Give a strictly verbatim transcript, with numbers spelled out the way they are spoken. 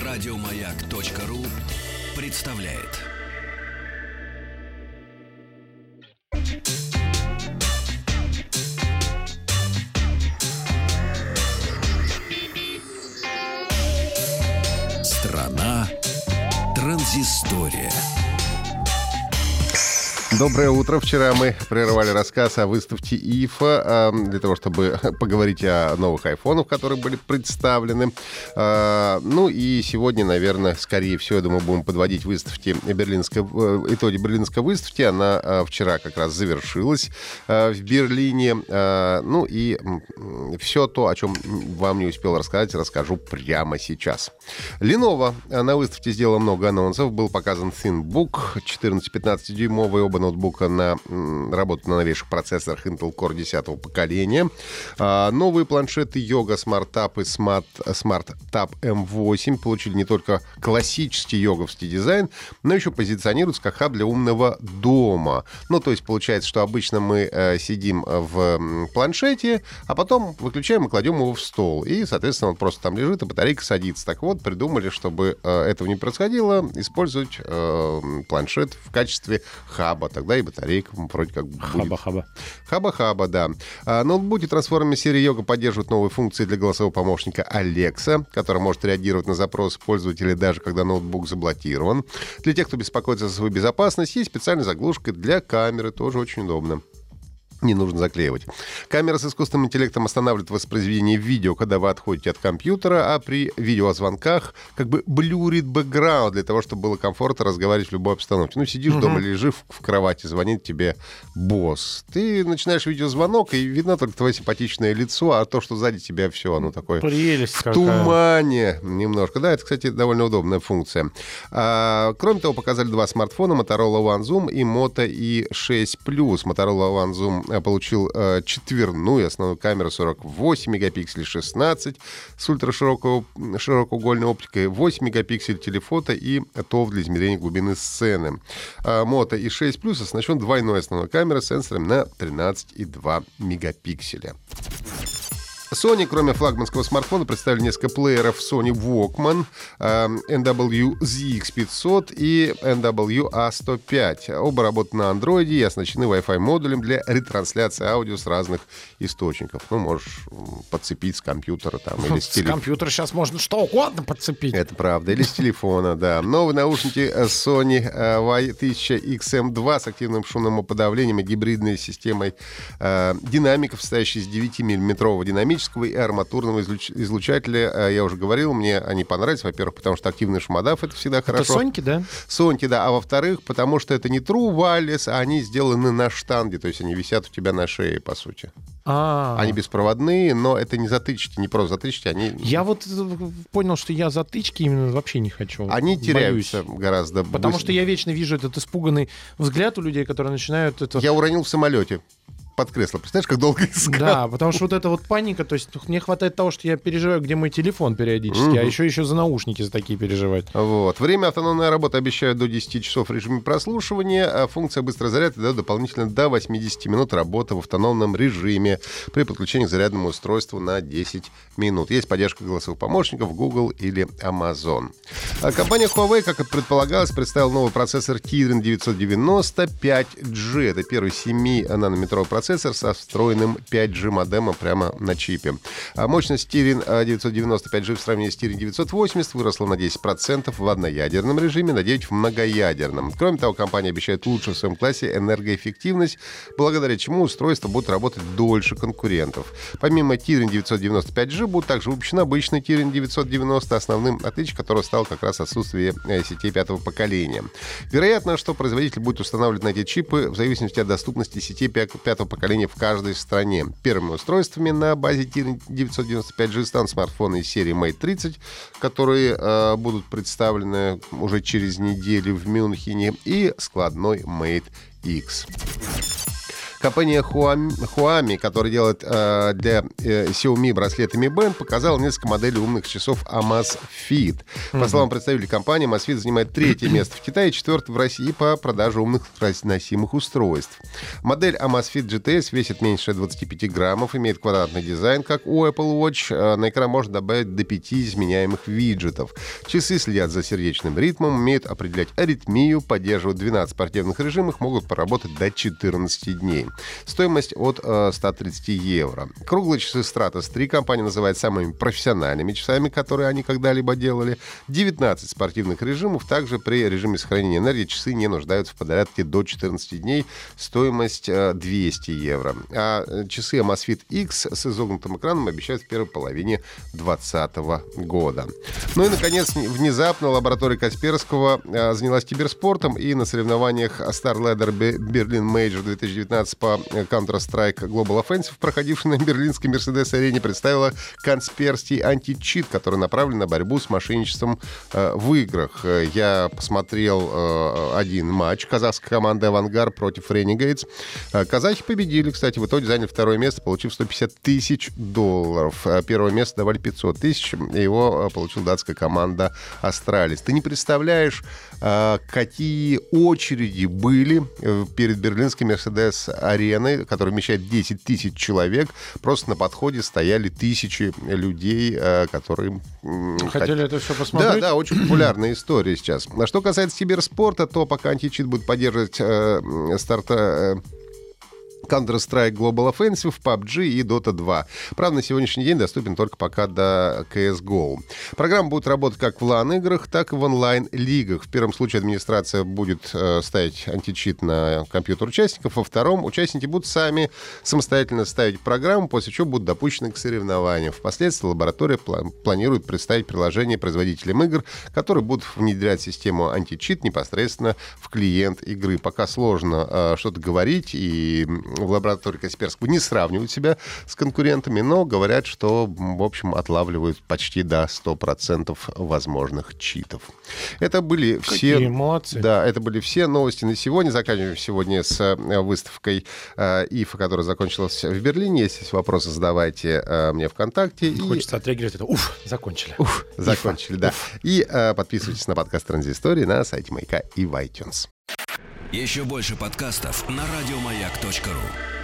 Радиомаяк.ру представляет. Страна транзистория. Доброе утро. Вчера мы прервали рассказ о выставке ИФА для того, чтобы поговорить о новых айфонах, которые были представлены. Ну и сегодня, наверное, скорее всего, я думаю, будем подводить выставки Берлинской, итоги Берлинской выставки. Она вчера как раз завершилась в Берлине. Ну и все то, о чем вам не успел рассказать, расскажу прямо сейчас. Lenovo на выставке сделала много анонсов. Был показан ThinBook, четырнадцать-пятнадцатидюймовый, оба ноутбука на, работают на новейших процессорах Intel Core десятого поколения. А, новые планшеты Yoga Smart Tab и Smart, Smart Tab эм восемь получили не только классический йоговский дизайн, но еще позиционируются как хаб для умного дома. Ну, то есть получается, что обычно мы э, сидим в планшете, а потом выключаем и кладем его в стол. И, соответственно, он просто там лежит, и батарейка садится. Так вот, придумали, чтобы э, этого не происходило, использовать э, планшет в качестве хаба. Тогда и батарейка вроде как будет. Хаба-хаба. Хаба-хаба, да. А, ноутбуки трансформерной серии Yoga поддерживают новые функции для голосового помощника Alexa, который может реагировать на запросы пользователя даже когда ноутбук заблокирован. Для тех, кто беспокоится за свою безопасность, есть специальная заглушка для камеры, тоже очень удобно. Не нужно заклеивать. Камера с искусственным интеллектом останавливает воспроизведение видео, когда вы отходите от компьютера, а при видеозвонках как бы блюрит бэкграунд для того, чтобы было комфортно разговаривать в любой обстановке. Ну, сидишь uh-huh. дома, лежишь в, в кровати, звонит тебе босс. Ты начинаешь видеозвонок, и видно только твое симпатичное лицо, а то, что сзади тебя все, оно такое прелесть в какая. Тумане немножко. Да, это, кстати, довольно удобная функция. А, кроме того, показали два смартфона, Motorola One Zoom и Moto и шесть плюс. Motorola One Zoom получил э, четверную основную камеру сорок восемь мегапикселей, шестнадцать с ультраширокоугольной оптикой, восемь мегапикселей телефото и ТОВ для измерения глубины сцены. А, Moto и шесть плюс оснащен двойной основной камерой с сенсором на тринадцать и два мегапикселя. Sony, кроме флагманского смартфона, представили несколько плееров Sony Walkman, эн дабл ю зет икс пятьсот и эн дабл ю эй сто пять. Оба работают на Android и оснащены Wi-Fi модулем для ретрансляции аудио с разных источников. Ну, можешь подцепить с компьютера там, или с телефона. С компьютера сейчас можно что угодно подцепить. Это правда. Или с телефона, да. Новые наушники Sony вай тысяча икс эм два с активным шумоподавлением и гибридной системой э, динамиков, состоящей из девятимиллиметрового динамического и арматурного излуч... излучателя. Я уже говорил, мне они понравились. Во-первых, потому что активный шумодав — это всегда хорошо. Это Соньки, да? Соньки, да. А во-вторых, потому что это не True Wireless, а они сделаны на штанге. То есть они висят у тебя на шее, по сути. А-а-а. Они беспроводные, но это не затычки, не просто затычки. Они... Я вот понял, что я затычки именно вообще не хочу. Они теряются Боюсь. гораздо Потому быстр... что я вечно вижу этот испуганный взгляд у людей, которые начинают это... Я уронил в самолете под кресло. Представляешь, как долго искал? Да, потому что вот эта вот паника, то есть мне хватает того, что я переживаю, где мой телефон периодически, Mm-hmm. а еще еще за наушники за такие переживать. Вот. Время автономной работы обещают до десяти часов в режиме прослушивания, а функция быстрой зарядки дает дополнительно до восемьдесят минут работы в автономном режиме при подключении к зарядному устройству на десять минут. Есть поддержка голосовых помощников Google или Amazon. А компания Huawei, как и предполагалось, представила новый процессор Kirin девятьсот девяносто пять джи. Это первый семинанометровый процессор со встроенным пять джи модемом прямо на чипе. А мощность Kirin девятьсот девяносто пять джи в сравнении с Kirin девятьсот восемьдесят выросла на десять процентов в одноядерном режиме, на девять процентов в многоядерном. Кроме того, компания обещает лучшую в своем классе энергоэффективность, благодаря чему устройство будет работать дольше конкурентов. Помимо Kirin девятьсот девяносто пять джи будет также выпущен обычный Kirin девятьсот девяносто, основным отличием которого стало как раз отсутствие сетей пятого поколения. Вероятно, что производитель будет устанавливать на эти чипы в зависимости от доступности сетей пятого поколения в каждой стране. Первыми устройствами на базе Kirin девятьсот девяносто пять джи станут смартфоны из серии Mate тридцать, которые э, будут представлены уже через неделю в Мюнхене, и складной Mate X. Компания Huami, Huami которая делает э, для э, Xiaomi браслеты Mi Band, показала несколько моделей умных часов Amazfit. По mm-hmm. словам представителей компании, Amazfit занимает третье место в Китае и четвертое в России по продаже умных носимых устройств. Модель Amazfit джи ти эс весит меньше двадцати пяти граммов, имеет квадратный дизайн, как у Apple Watch. На экран можно добавить до пяти изменяемых виджетов. Часы следят за сердечным ритмом, умеют определять аритмию, поддерживают двенадцать спортивных режимов, могут поработать до четырнадцати дней. Стоимость от э, ста тридцати евро. Круглые часы Stratos три компания называет самыми профессиональными часами, которые они когда-либо делали. девятнадцать спортивных режимов. Также при режиме сохранения энергии часы не нуждаются в подзарядке до четырнадцати дней. Стоимость э, двести евро. А часы Amazfit X с изогнутым экраном обещают в первой половине двадцатого года. Ну и, наконец, внезапно лаборатория Касперского э, занялась киберспортом, и на соревнованиях Star Ladder Berlin Major две тысячи девятнадцать по Counter-Strike Global Offensive, проходивший на берлинской Mercedes-арене, представила Касперский античит, который направлен на борьбу с мошенничеством э, в играх. Я посмотрел э, один матч казахской команды «Авангард» против Renegades. Э, казахи победили, кстати, в итоге заняли второе место, получив сто пятьдесят тысяч долларов. Первое место давали пятьсот тысяч, и его э, получила датская команда «Астралис». Ты не представляешь, э, какие очереди были перед берлинской Мерседес-ареной, которая вмещает десять тысяч человек. Просто на подходе стояли тысячи людей, которые... Хотели хот... это все посмотреть? Да, да, очень популярная история сейчас. А что касается киберспорта, то пока античит будет поддерживать э, старта... Э, Counter-Strike Global Offensive, пабг и Dota два. Правда, на сегодняшний день доступен только пока до си эс го. Программа будет работать как в лан-играх, так и в онлайн-лигах. В первом случае администрация будет э, ставить античит на компьютер участников, во втором участники будут сами самостоятельно ставить программу, после чего будут допущены к соревнованиям. Впоследствии лаборатория пла- планирует представить приложение производителям игр, которые будут внедрять систему античит непосредственно в клиент игры. Пока сложно э, что-то говорить, и в лаборатории Касперского не сравнивают себя с конкурентами, но говорят, что, в общем, отлавливают почти до ста процентов возможных читов. Это были все... Какие молодцы. Да, это были все новости на сегодня. Заканчиваем сегодня с выставкой э, ИФА, которая закончилась в Берлине. Если есть вопросы, задавайте э, мне ВКонтакте. Хочется и... отреагировать. Это уф, закончили. Уф, закончили, ИФА. Да. Уф. И э, подписывайтесь на подкаст «Транзистории» на сайте Маяка и в iTunes. Еще больше подкастов на радиомаяк точка ру.